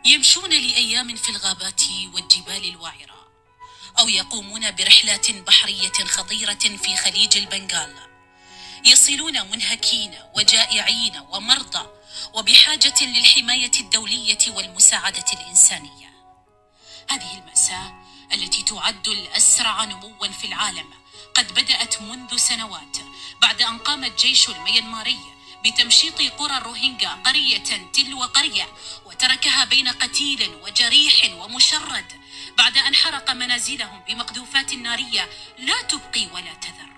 يمشون لأيام في الغابات والجبال الوعرة، أو يقومون برحلات بحرية خطيرة في خليج البنغال. يصلون منهكين وجائعين ومرضى وبحاجة للحماية الدولية والمساعدة الإنسانية. هذه المأساة التي تعد الأسرع نموا في العالم قد بدأت منذ سنوات، بعد أن قام الجيش الميانماري بتمشيط قرى الروهينجا قرية تلو قرية، وتركها بين قتيل وجريح ومشرد بعد أن حرق منازلهم بمقذوفات نارية لا تبقي ولا تذر.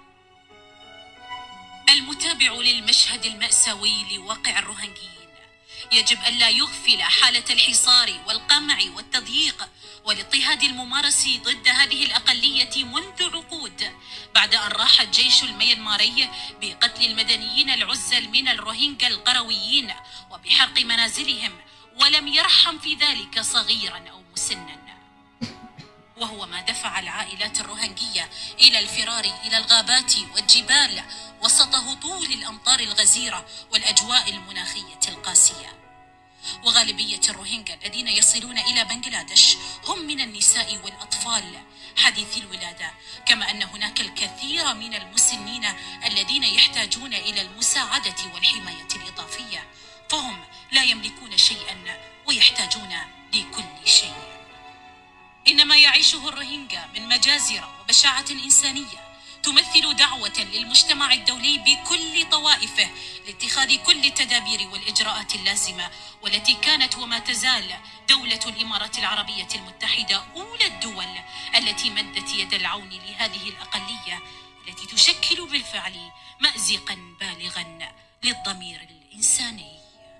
المتابع للمشهد المأساوي لواقع الروهينجيين يجب ألا يغفل حالة الحصار والقمع والتضييق والاضطهاد الممارس ضد هذه الأقلية منذ عقود، بعد أن راح الجيش الميانماري بقتل المدنيين العزل من الروهينجا القرويين وبحرق منازلهم، ولم يرحم في ذلك صغيرا أو مسنا، وهو ما دفع العائلات الروهينجية إلى الفرار إلى الغابات والجبال وسط هطول الأمطار الغزيرة والأجواء المناخية القاسية. وغالبية الروهينجا الذين يصلون إلى بنغلاديش هم من النساء والأطفال حديثي الولادة، كما أن هناك الكثير من المسنين الذين يحتاجون إلى المساعدة والحماية الإضافية، فهم لا يملكون شيئا ويحتاجون لكل شيء. إنما يعيشه الروهينجا من مجازر وبشاعة إنسانية تمثل دعوة للمجتمع الدولي بكل طوائفه لاتخاذ كل التدابير والإجراءات اللازمة، والتي كانت وما تزال دولة الإمارات العربية المتحدة أولى الدول التي مدت يد العون لهذه الأقلية التي تشكل بالفعل مأزقا بالغا للضمير الإنساني.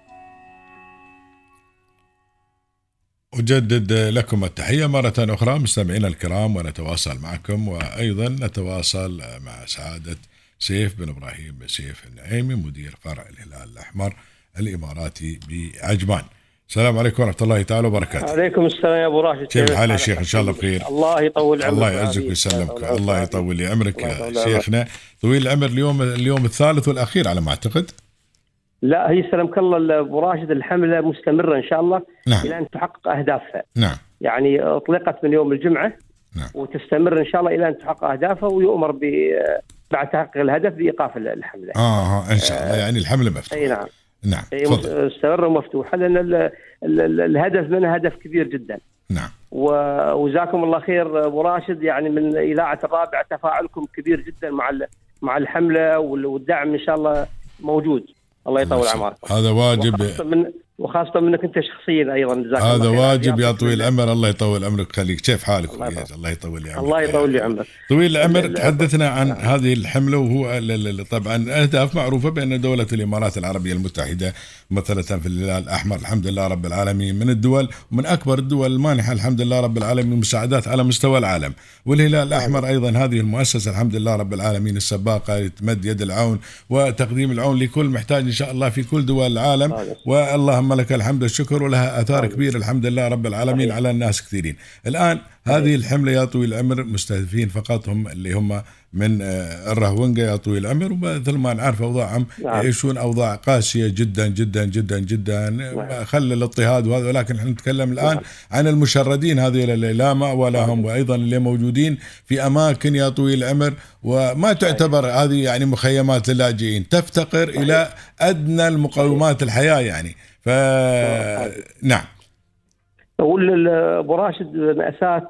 أجدد لكم التحية مرة أخرى مستمعينا الكرام، ونتواصل معكم، وأيضا نتواصل مع سعادة سيف بن إبراهيم سيف النعيمي مدير فرع الهلال الأحمر الإماراتي بعجمان. السلام عليكم ورحمة الله تعالى وبركاته. عليكم السلام يا أبو راشد، كيف الحال يا شيخ؟ إن شاء الله بخير. الله يطول عمرك. الله يعزك ويسلمك. الله يطول لي عمرك يا شيخنا، طويل العمر. اليوم الثالث والأخير على ما أعتقد. لا، هي سلمك الله أبو راشد، الحملة مستمرة إن شاء الله. نعم. إلى أن تحقق أهدافها. نعم. يعني أطلقت من يوم الجمعة. نعم. وتستمر إن شاء الله إلى أن تحقق أهدافها، ويؤمر بعد تحقق الهدف بإيقاف الحملة. إن شاء الله. يعني الحملة مفتوحة. أي نعم. نعم. مستمرة ومفتوحة، لأن الهدف منها هدف كبير جدا. نعم. وجزاكم الله خير أبو راشد، يعني من إذاعة الرابعة تفاعلكم كبير جدا مع الحملة، والدعم إن شاء الله موجود. الله يطول عمرك. هذا واجب، وخاصة منك أنت شخصيا أيضا. هذا واجب يا طويل العمر. الله يطول عمرك. خليك. كيف حالك؟ الله يطول لي عمرك. الله يطول لي عمرك. طويل العمر، تحدثنا عن هذه الحملة، وهو طبعا أهداف معروفة بأن دولة الإمارات العربية المتحدة مثلا في الهلال الأحمر الحمد لله رب العالمين من الدول ومن أكبر الدول المانحة الحمد لله رب العالمين مساعدات على مستوى العالم. والهلال الأحمر أيضا هذه المؤسسة الحمد لله رب العالمين السباقة تمد يد العون وتقديم العون لكل محتاج إن شاء الله في كل دول العالم، واللهم لك الحمد والشكر، ولها آثار كبيرة الحمد لله رب العالمين على الناس كثيرين. الآن هذه الحملة يا طويل العمر مستهدفين فقط هم اللي هم من الروهينجا يا طويل العمر، ومثل ما نعرف أوضاعهم يعيشون أوضاع قاسية جدا جدا جدا جدا، خل الاضطهاد وهذا. ولكن نحن نتكلم الآن عن المشردين هذه اللي لا مأوى لهم، وأيضا اللي موجودين في أماكن يا طويل العمر وما تعتبر هذه يعني مخيمات للاجئين، تفتقر إلى أدنى المقومات الحياة يعني. نعم. أقول أبو راشد، مأساة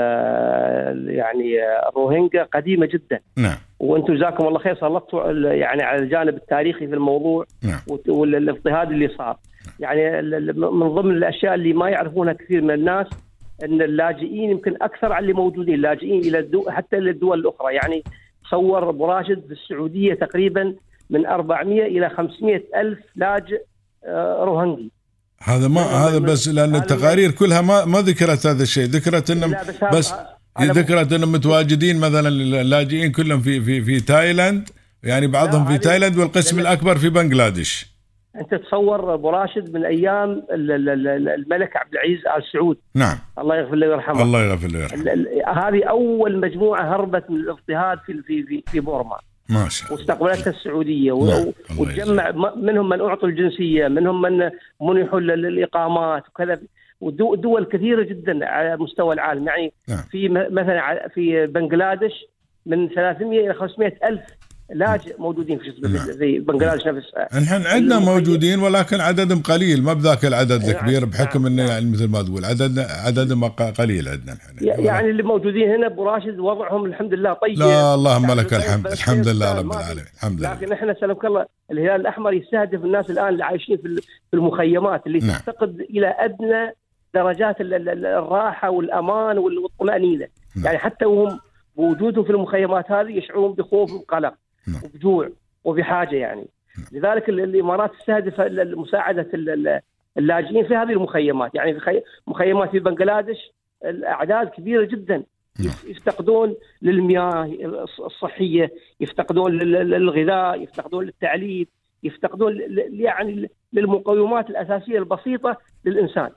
يعني الروهينجا قديمة جدا. نعم. وأنتم جزاكم الله خير سلطتوا يعني على الجانب التاريخي في الموضوع. نعم. والاضطهاد اللي صار، يعني من ضمن الأشياء اللي ما يعرفونها كثير من الناس أن اللاجئين يمكن أكثر عن اللي موجودين، اللاجئين إلى حتى للدول الأخرى. يعني تصور أبو راشد في السعودية تقريبا من 400 إلى 500 ألف لاجئ روهينجي. هذا ما هذا بس لأن التقارير كلها ما ذكرت هذا الشيء، ذكرت إنه بس ذكرت إنه متواجدين مثلا اللاجئين كلهم في تايلاند، يعني بعضهم في تايلاند والقسم الأكبر في بنغلاديش. أنت تصور أبو راشد من أيام الملك عبد العزيز آل سعود. نعم. الله يغفر له ويرحمه. الله يغفر له ويرحمه. هذه أول مجموعة هربت من الاضطهاد في بورما. ما شاء الله واستقبلتها السعوديه نعم. وتجمع منهم من اعطوا الجنسيه، منهم من منحوا الاقامات وكذا، ودول كثيره جدا على مستوى العالم. يعني نعم. في مثلا في بنغلاديش من 300 الى 500 الف لاجئ موجودين في زي بنغلاديش نفسها. نحن عندنا موجودين ولكن عددهم قليل، ما بذاك العدد الكبير بحكم انه يعني مثل ما تقول عددهم قليل عندنا نحن. يعني اللي موجودين هنا ابو راشد وضعهم الحمد لله طيب. لا اللهم لك الحمد، الحمد لله رب العالمين، الحمد لله. لكن احنا سلمك الله الهلال الاحمر يستهدف الناس الان اللي عايشين في المخيمات اللي نعم. تفتقد الى ادنى درجات الراحه والامان والطمانينه. نعم. يعني حتى وهم بوجودهم في المخيمات هذه يشعرون بخوف وقلق نعم. وبجوع وبحاجه يعني. لذلك الامارات تستهدف مساعده اللاجئين في هذه المخيمات. يعني في مخيمات في بنغلاديش الاعداد كبيره جدا يفتقدون للمياه الصحيه، يفتقدون للغذاء، يفتقدون للتعليم، يفتقدون يعني للمقومات الاساسيه البسيطه للانسان.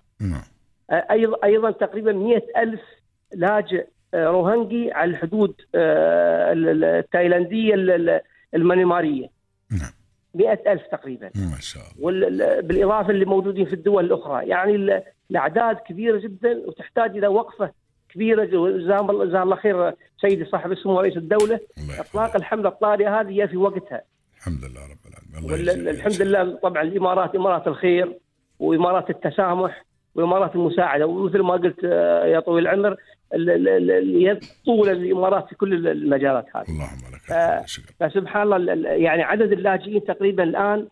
ايضا تقريبا 100,000 لاجئ روهنجي على الحدود التايلانديه المانماريه. 100,000 تقريبا ما شاء الله. بالاضافه اللي موجودين في الدول الاخرى. يعني الاعداد كبيره جدا وتحتاج الى وقفه كبيره. جزاه الله خير سيدي صاحب السمو رئيس الدوله، اطلاق الحمله الطارئه هذه في وقتها. الحمد لله رب العالمين. الحمد لله. طبعا الامارات امارات الخير وامارات التسامح وامارات المساعده، ومثل ما قلت يا طويل العمر طول الامارات في كل المجالات هذه. اللهم لك فسبحان الله يعني عدد اللاجئين تقريبا الان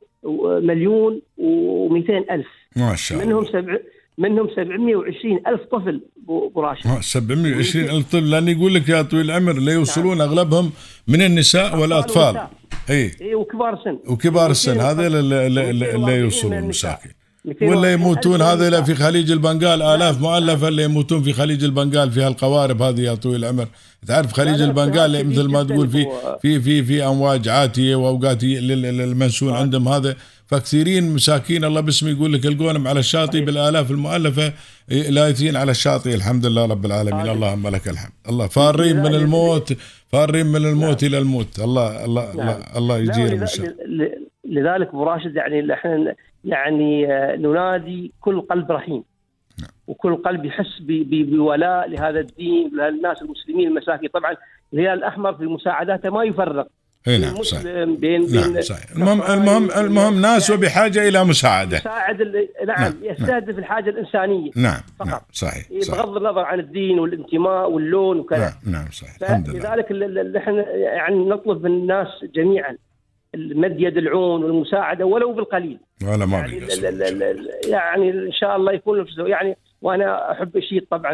1,200,000 ما شاء الله. منهم 720,000 طفل براشد. 720,000 طفل، لان يقول لك يا طويل العمر لا يوصلون اغلبهم من النساء والاطفال. اي وكبار السن هذا اللي يوصلون مساكين، ولا يموتون هذا في خليج البنغال آلاف مؤلفة اللي يموتون في خليج البنغال في هالقوارب هذه يا طويل العمر. تعرف خليج البنغال مثل ما تقول في أمواج عاتية وأوقات المنسون عندهم هذا، فكثيرين مساكين الله باسمه يقول لك يلقونهم على الشاطئ بالآلاف المؤلفة لايتين على الشاطئ. الحمد لله رب العالمين. اللهم لك الحمد. الله فارين من الموت، فارين من الموت إلى الموت. الله يجيرهم. لذلك ابو راشد يعني احنا يعني ننادي كل قلب رحيم. وكل قلب يحس بولاء لهذا الدين وللناس المسلمين المساكين. طبعا الهلال الاحمر في مساعداته ما يفرق بين المسلم بين صحيح. المهم ناس وبحاجه الى مساعده. نعم يستهدف الحاجه الانسانيه. نعم فقط. صحيح. بغض النظر عن الدين والانتماء واللون وكذا. نعم صحيح. لذلك احنا يعني نطلب من الناس جميعا مد يد العون والمساعده ولو بالقليل. ولا ما يعني ان شاء الله يكون يعني. وانا احب اشيد طبعا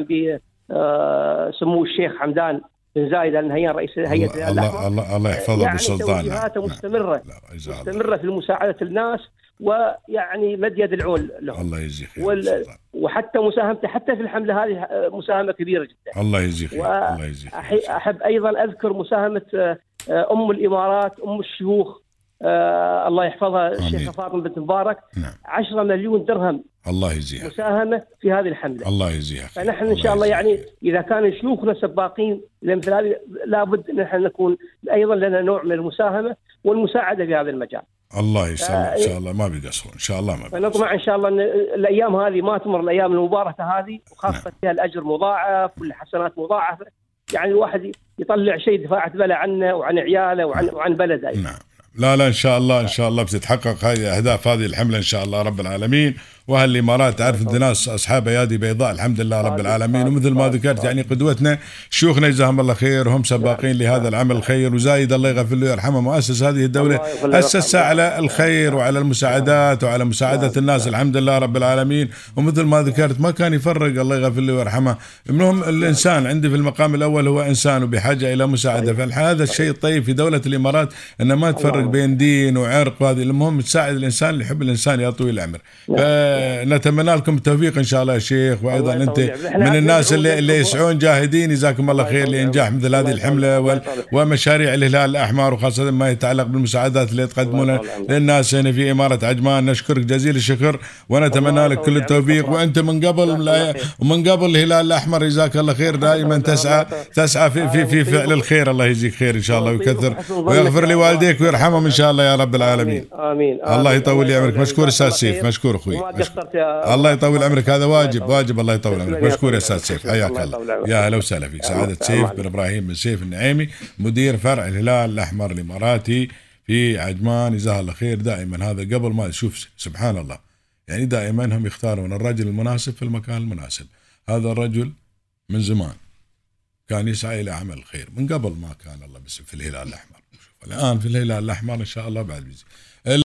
بسمو الشيخ حمدان بن زايد ال نهيان رئيس هيئه الله يحفظه يعني بالسلطان. توجيهاته مستمره في مساعده الناس ويعني مد يد العون لهم. الله يجزيه خير. وحتى مساهمته حتى في الحمله هذه مساهمه كبيره جدا. الله يجزيه خير. الله يجزيه خير. احب ايضا اذكر مساهمه ام الامارات ام الشيوخ الله يحفظها الشيخة فاطمة بنت مبارك. 10 مليون درهم الله يجزيها مساهمة في هذه الحملة. الله يجزيها. فنحن إن شاء الله يعني إذا كان شيوخنا سباقين مثل هذه لابد نحن نكون أيضا لنا نوع من المساهمة والمساعدة في هذا المجال. الله يسلمك إن شاء الله ما بيقصرون إن شاء الله ما بيقصرون. فنطمع إن شاء الله أن الأيام هذه ما تمر الأيام المباركة هذه وخاصة فيها الأجر مضاعف والحسنات مضاعفة. يعني الواحد يطلع شيء دفاعة بلا عنه وعن عياله وعن بلده. نعم. لا إن شاء الله بتتحقق هذه أهداف هذه الحملة إن شاء الله رب العالمين. وهالإمارات تعرف أنت ناس أصحاب أيادي بيضاء الحمد لله رب العالمين. ومثل ما ذكرت يعني قدوتنا شيوخنا جزاهم الله خير هم سباقين لهذا العمل الخير. وزايد الله يغفر له ويرحمه مؤسس هذه الدولة أسسها على الخير وعلى المساعدات وعلى مساعدة الناس الحمد لله رب العالمين. ومثل ما ذكرت ما كان يفرق الله يغفر له ويرحمه. منهم الإنسان عندي في المقام الأول هو إنسان وبحاجة إلى مساعدة. فهذا الشيء الطيب في دولة الإمارات أن ما تفرق بين دين وعرق. وهذه المهم تساعد الإنسان اللي يحب الإنسان يا طويل العمر. نتمنى لكم التوفيق ان شاء الله يا شيخ، وايضا انت من الناس اللي يسعون جاهدين، جزاكم الله خير لانجاح مثل هذه الحمله ومشاريع الهلال الاحمر، وخاصه ما يتعلق بالمساعدات اللي تقدمونها للناس هنا في اماره عجمان. نشكرك جزيل الشكر ونتمنى لك كل التوفيق، وانت من قبل الهلال الاحمر جزاك الله خير دائما تسعى في فعل الخير. الله يجزيك خير ان شاء الله ويكثر ويغفر لوالديك ويرحمهم ان شاء الله يا رب العالمين. امين. الله يطول لي عمرك. مشكور استاذ سيف، مشكور اخوي. الله يطول عمرك، هذا واجب. الله يطول عمرك. مشكور يا استاذ سيف، حياك الله. يا هلا وسهلا فيك. سعاده سيف بن ابراهيم بن سيف النعيمي، مدير فرع الهلال الاحمر الاماراتي في عجمان، جزاه الله خير. دائما هذا قبل ما تشوف سبحان الله، يعني دائما هم يختارون الرجل المناسب في المكان المناسب. هذا الرجل من زمان كان يسعى الى عمل الخير من قبل ما كان الله بس في الهلال الاحمر. الان في الهلال الاحمر ان شاء الله بعد بيجي